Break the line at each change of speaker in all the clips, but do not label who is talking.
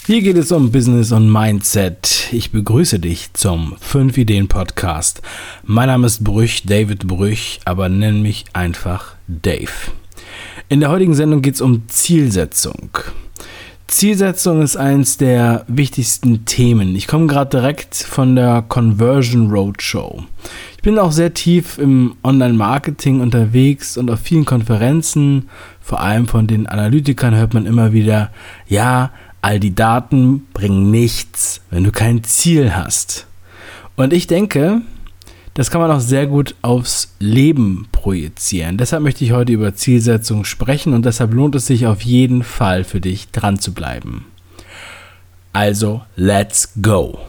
Hier geht es um Business und Mindset. Ich begrüße dich zum 5-Ideen-Podcast. Mein Name ist Brüch, David Brüch, aber nenn mich einfach Dave. In der heutigen Sendung geht es um Zielsetzung. Zielsetzung ist eins der wichtigsten Themen. Ich komme gerade direkt von der Conversion Roadshow. Ich bin auch sehr tief im Online-Marketing unterwegs und auf vielen Konferenzen, vor allem von den Analytikern hört man immer wieder, ja, all die Daten bringen nichts, wenn du kein Ziel hast. Und ich denke, das kann man auch sehr gut aufs Leben projizieren. Deshalb möchte ich heute über Zielsetzung sprechen und deshalb lohnt es sich auf jeden Fall für dich, dran zu bleiben. Also, let's go!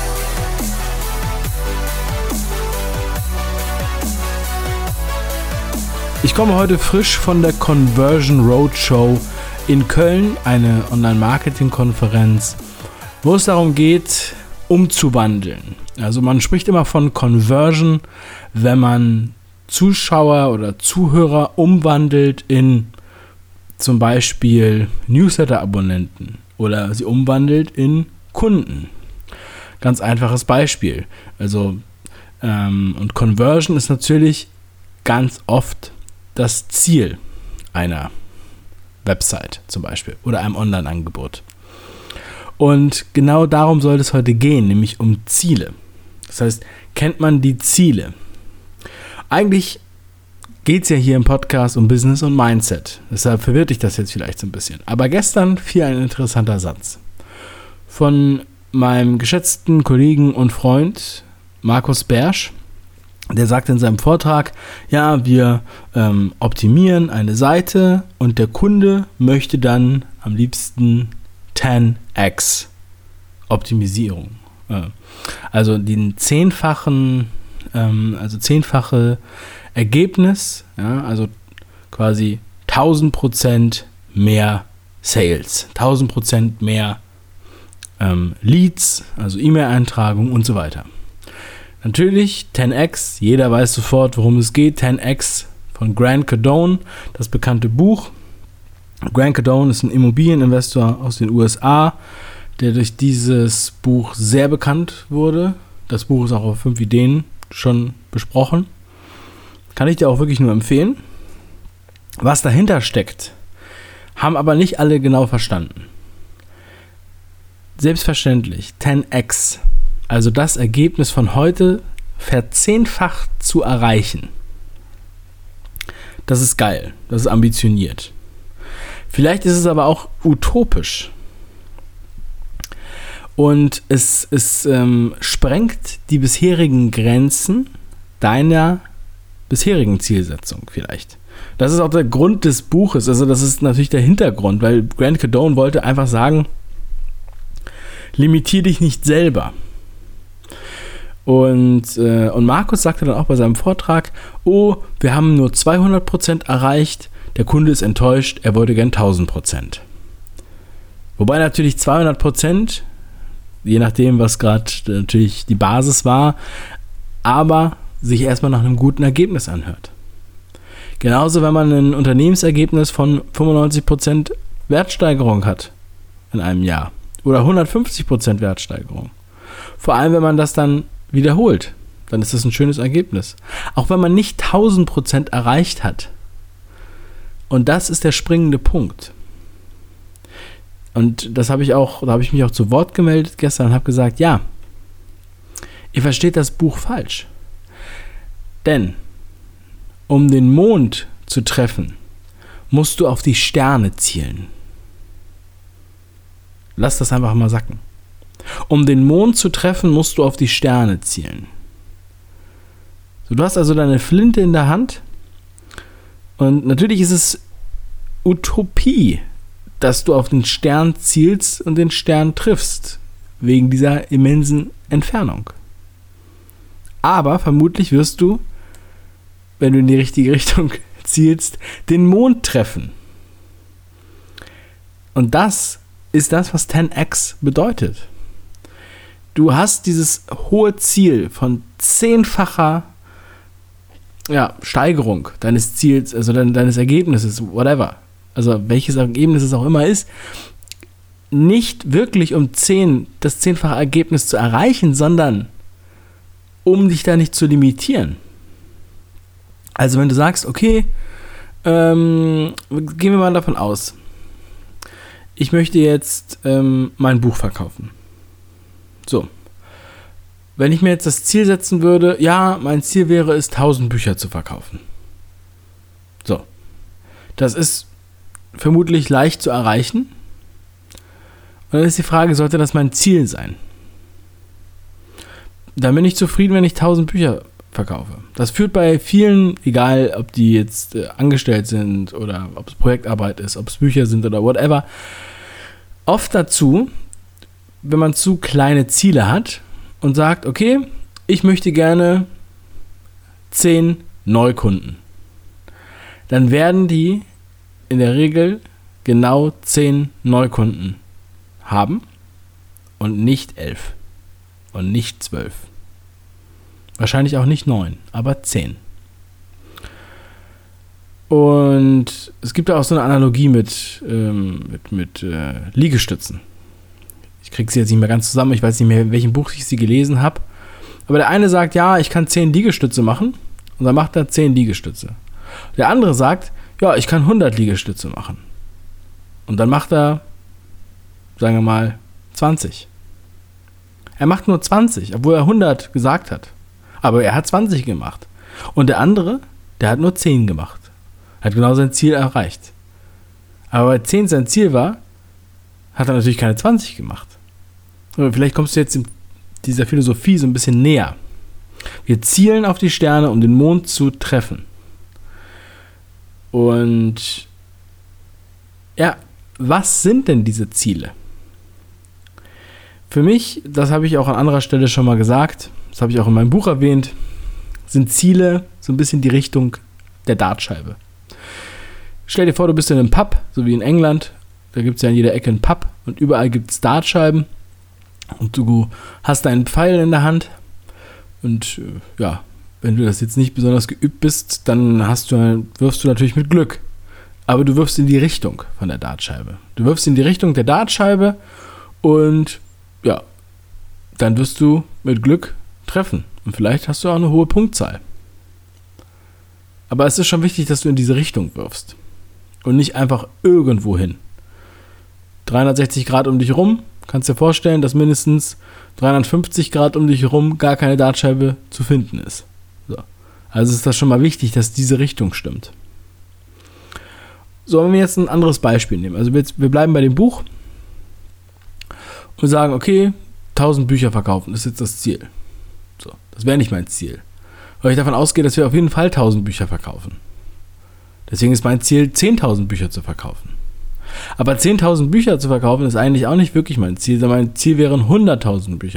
Ich komme heute frisch von der Conversion Roadshow in Köln, eine Online-Marketing-Konferenz, wo es darum geht, umzuwandeln. Also man spricht immer von Conversion, wenn man Zuschauer oder Zuhörer umwandelt in zum Beispiel Newsletter-Abonnenten oder sie umwandelt in Kunden. Ganz einfaches Beispiel. Also und Conversion ist natürlich ganz oft das Ziel einer Website zum Beispiel oder einem Online-Angebot. Und genau darum soll es heute gehen, nämlich um Ziele. Das heißt, kennt man die Ziele? Eigentlich geht es ja hier im Podcast um Business und Mindset. Deshalb verwirrt dich das jetzt vielleicht so ein bisschen. Aber gestern fiel ein interessanter Satz von meinem geschätzten Kollegen und Freund Markus Bersch. Der sagt in seinem Vortrag, ja, wir optimieren eine Seite und der Kunde möchte dann am liebsten 10x Optimisierung. Also den zehnfache Ergebnis, ja, also quasi 1000% mehr Sales, 1000% mehr Leads, also E-Mail-Eintragung und so weiter. Natürlich 10x, jeder weiß sofort, worum es geht. 10x von Grant Cardone, das bekannte Buch. Grant Cardone ist ein Immobilieninvestor aus den USA, der durch dieses Buch sehr bekannt wurde. Das Buch ist auch auf 5 Ideen schon besprochen. Kann ich dir auch wirklich nur empfehlen. Was dahinter steckt, haben aber nicht alle genau verstanden. Selbstverständlich, 10x. Also das Ergebnis von heute verzehnfacht zu erreichen. Das ist geil, das ist ambitioniert. Vielleicht ist es aber auch utopisch. Und es sprengt die bisherigen Grenzen deiner bisherigen Zielsetzung vielleicht. Das ist auch der Grund des Buches, also das ist natürlich der Hintergrund, weil Grant Cardone wollte einfach sagen, limitier dich nicht selber. Und Markus sagte dann auch bei seinem Vortrag, oh, wir haben nur 200% erreicht, der Kunde ist enttäuscht, er wollte gern 1000%. Wobei natürlich 200%, je nachdem, was gerade natürlich die Basis war, aber sich erstmal nach einem guten Ergebnis anhört. Genauso, wenn man ein Unternehmensergebnis von 95% Wertsteigerung hat in einem Jahr oder 150% Wertsteigerung. Vor allem, wenn man das dann wiederholt, dann ist das ein schönes Ergebnis. Auch wenn man nicht 1000% erreicht hat. Und das ist der springende Punkt. Und da habe ich mich auch zu Wort gemeldet gestern und habe gesagt, ja, ihr versteht das Buch falsch. Denn um den Mond zu treffen, musst du auf die Sterne zielen. Lass das einfach mal sacken. Um den Mond zu treffen, musst du auf die Sterne zielen. So, du hast also deine Flinte in der Hand und natürlich ist es Utopie, dass du auf den Stern zielst und den Stern triffst, wegen dieser immensen Entfernung. Aber vermutlich wirst du, wenn du in die richtige Richtung zielst, den Mond treffen. Und das ist das, was 10x bedeutet. Du hast dieses hohe Ziel von 10-facher Steigerung deines Ziels, also deines Ergebnisses, whatever. Also welches Ergebnis es auch immer ist, nicht wirklich um 10 das 10-fache Ergebnis zu erreichen, sondern um dich da nicht zu limitieren. Also wenn du sagst, okay, gehen wir mal davon aus, ich möchte jetzt mein Buch verkaufen. So. Wenn ich mir jetzt das Ziel setzen würde, ja, mein Ziel wäre es, 1000 Bücher zu verkaufen. So. Das ist vermutlich leicht zu erreichen. Und dann ist die Frage, sollte das mein Ziel sein? Dann bin ich zufrieden, wenn ich 1000 Bücher verkaufe. Das führt bei vielen, egal ob die jetzt angestellt sind oder ob es Projektarbeit ist, ob es Bücher sind oder whatever, oft dazu, wenn man zu kleine Ziele hat und sagt, okay, ich möchte gerne 10 Neukunden. Dann werden die in der Regel genau 10 Neukunden haben und nicht 11 und nicht 12. Wahrscheinlich auch nicht 9, aber 10. Und es gibt ja auch so eine Analogie mit Liegestützen. Ich kriege sie jetzt nicht mehr ganz zusammen, ich weiß nicht mehr, in welchem Buch ich sie gelesen habe. Aber der eine sagt, ja, ich kann 10 Liegestütze machen und dann macht er 10 Liegestütze. Der andere sagt, ja, ich kann 100 Liegestütze machen. Und dann macht er, sagen wir mal, 20. Er macht nur 20, obwohl er 100 gesagt hat. Aber er hat 20 gemacht. Und der andere, der hat nur 10 gemacht. Hat genau sein Ziel erreicht. Aber weil 10 sein Ziel war, hat er natürlich keine 20 gemacht. Aber vielleicht kommst du jetzt in dieser Philosophie so ein bisschen näher. Wir zielen auf die Sterne, um den Mond zu treffen. Und ja, was sind denn diese Ziele? Für mich, das habe ich auch an anderer Stelle schon mal gesagt, das habe ich auch in meinem Buch erwähnt, sind Ziele so ein bisschen die Richtung der Dartscheibe. Stell dir vor, du bist in einem Pub, so wie in England, da gibt es ja in jeder Ecke einen Pub und überall gibt es Dartscheiben und du hast einen Pfeil in der Hand und ja, wenn du das jetzt nicht besonders geübt bist, dann wirfst du natürlich mit Glück. Aber du wirfst in die Richtung von der Dartscheibe. Du wirfst in die Richtung der Dartscheibe und ja, dann wirst du mit Glück treffen. Und vielleicht hast du auch eine hohe Punktzahl. Aber es ist schon wichtig, dass du in diese Richtung wirfst. Und nicht einfach irgendwo hin. 360 Grad um dich rum, kannst dir vorstellen, dass mindestens 350 Grad um dich herum gar keine Dartscheibe zu finden ist. So. Also ist das schon mal wichtig, dass diese Richtung stimmt. So, wenn wir jetzt ein anderes Beispiel nehmen. Also wir bleiben bei dem Buch und sagen, okay, 1000 Bücher verkaufen, das ist jetzt das Ziel. So, das wäre nicht mein Ziel. Weil ich davon ausgehe, dass wir auf jeden Fall 1000 Bücher verkaufen. Deswegen ist mein Ziel, 10.000 Bücher zu verkaufen. Aber 10.000 Bücher zu verkaufen ist eigentlich auch nicht wirklich mein Ziel, sondern mein Ziel wären 100.000 Bücher.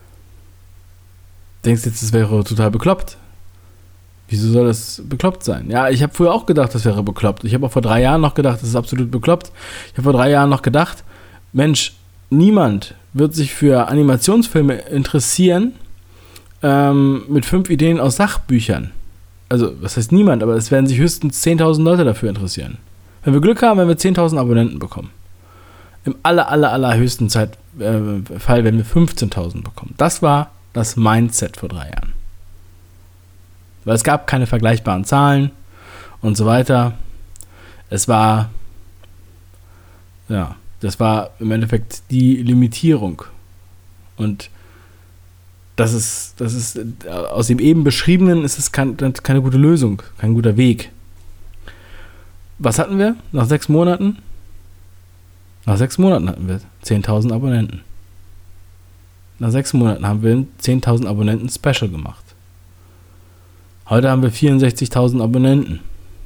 Denkst du jetzt, das wäre total bekloppt? Wieso soll das bekloppt sein? Ja, ich habe früher auch gedacht, das wäre bekloppt. Ich habe auch vor 3 Jahren noch gedacht, das ist absolut bekloppt. Ich habe vor 3 Jahren noch gedacht, Mensch, niemand wird sich für Animationsfilme interessieren mit 5 Ideen aus Sachbüchern. Also, was heißt niemand, aber es werden sich höchstens 10.000 Leute dafür interessieren. Wenn wir Glück haben, werden wir 10.000 Abonnenten bekommen. Im allerhöchsten Fall werden wir 15.000 bekommen. Das war das Mindset vor 3 Jahren. Weil es gab keine vergleichbaren Zahlen und so weiter. Das war im Endeffekt die Limitierung. Und das ist aus dem eben Beschriebenen ist es keine gute Lösung, kein guter Weg. Was hatten wir nach 6 Monaten? Nach 6 Monaten hatten wir 10.000 Abonnenten. Nach 6 Monaten haben wir ein 10.000 Abonnenten Special gemacht. Heute haben wir 64.000 Abonnenten.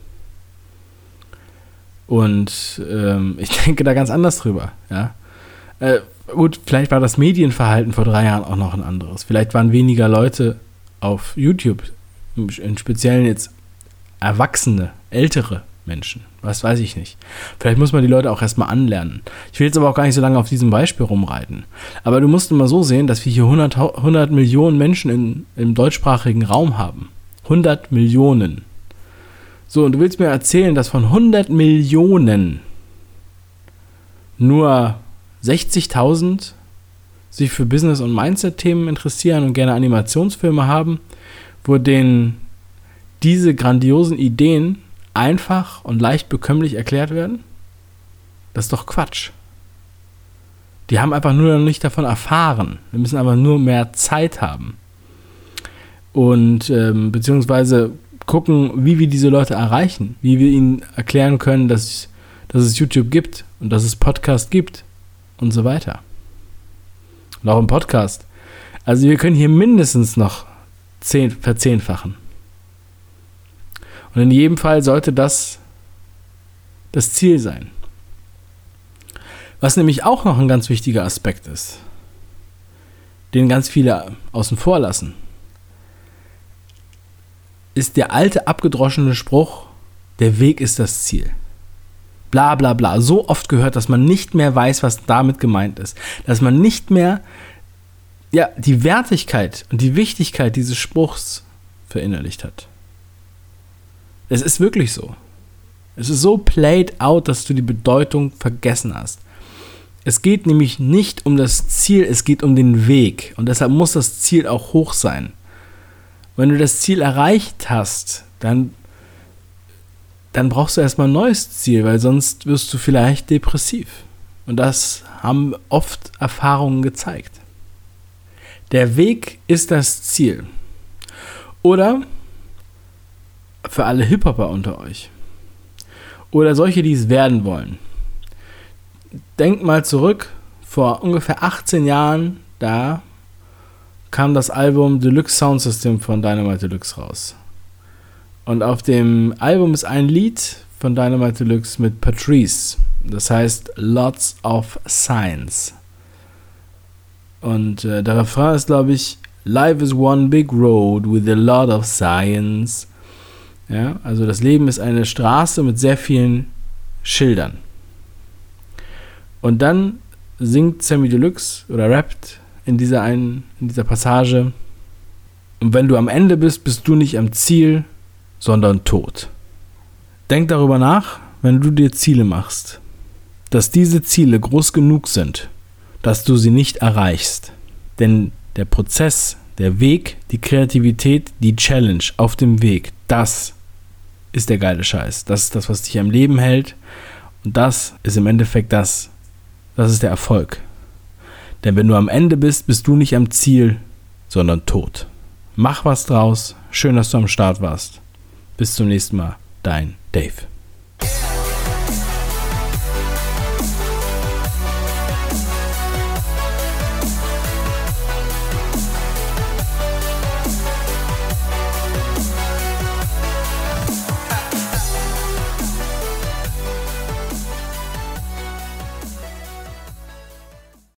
Und ich denke da ganz anders drüber. Ja? Gut, vielleicht war das Medienverhalten vor 3 Jahren auch noch ein anderes. Vielleicht waren weniger Leute auf YouTube, im Speziellen jetzt Erwachsene, ältere Menschen. Was weiß ich nicht. Vielleicht muss man die Leute auch erstmal anlernen. Ich will jetzt aber auch gar nicht so lange auf diesem Beispiel rumreiten. Aber du musst immer so sehen, dass wir hier 100 Millionen Menschen im deutschsprachigen Raum haben. 100 Millionen. So, und du willst mir erzählen, dass von 100 Millionen nur 60.000 sich für Business- und Mindset-Themen interessieren und gerne Animationsfilme haben, wo denen diese grandiosen Ideen einfach und leicht bekömmlich erklärt werden? Das ist doch Quatsch. Die haben einfach nur noch nicht davon erfahren. Wir müssen aber nur mehr Zeit haben. Und beziehungsweise gucken, wie wir diese Leute erreichen. Wie wir ihnen erklären können, dass es YouTube gibt und dass es Podcast gibt und so weiter. Und auch im Podcast. Also wir können hier mindestens noch verzehnfachen. Und in jedem Fall sollte das Ziel sein. Was nämlich auch noch ein ganz wichtiger Aspekt ist, den ganz viele außen vor lassen, ist der alte abgedroschene Spruch, der Weg ist das Ziel. Bla bla bla. So oft gehört, dass man nicht mehr weiß, was damit gemeint ist. Dass man nicht mehr die Wertigkeit und die Wichtigkeit dieses Spruchs verinnerlicht hat. Es ist wirklich so. Es ist so played out, dass du die Bedeutung vergessen hast. Es geht nämlich nicht um das Ziel, es geht um den Weg. Und deshalb muss das Ziel auch hoch sein. Wenn du das Ziel erreicht hast, dann brauchst du erstmal ein neues Ziel, weil sonst wirst du vielleicht depressiv. Und das haben oft Erfahrungen gezeigt. Der Weg ist das Ziel. Oder für alle Hip-Hopper unter euch. Oder solche, die es werden wollen. Denkt mal zurück, vor ungefähr 18 Jahren, da kam das Album Deluxe Sound System von Dynamite Deluxe raus. Und auf dem Album ist ein Lied von Dynamite Deluxe mit Patrice. Das heißt Lots of Science. Und der Refrain ist, glaube ich, Life is one big road with a lot of science. Ja, also das Leben ist eine Straße mit sehr vielen Schildern. Und dann singt Samy Deluxe oder rappt in dieser Passage: Und wenn du am Ende bist, bist du nicht am Ziel, sondern tot. Denk darüber nach, wenn du dir Ziele machst, dass diese Ziele groß genug sind, dass du sie nicht erreichst. Denn der Prozess, der Weg, die Kreativität, die Challenge auf dem Weg, das ist der geile Scheiß. Das ist das, was dich am Leben hält. Und das ist im Endeffekt das ist der Erfolg. Denn wenn du am Ende bist, bist du nicht am Ziel, sondern tot. Mach was draus. Schön, dass du am Start warst. Bis zum nächsten Mal. Dein Dave.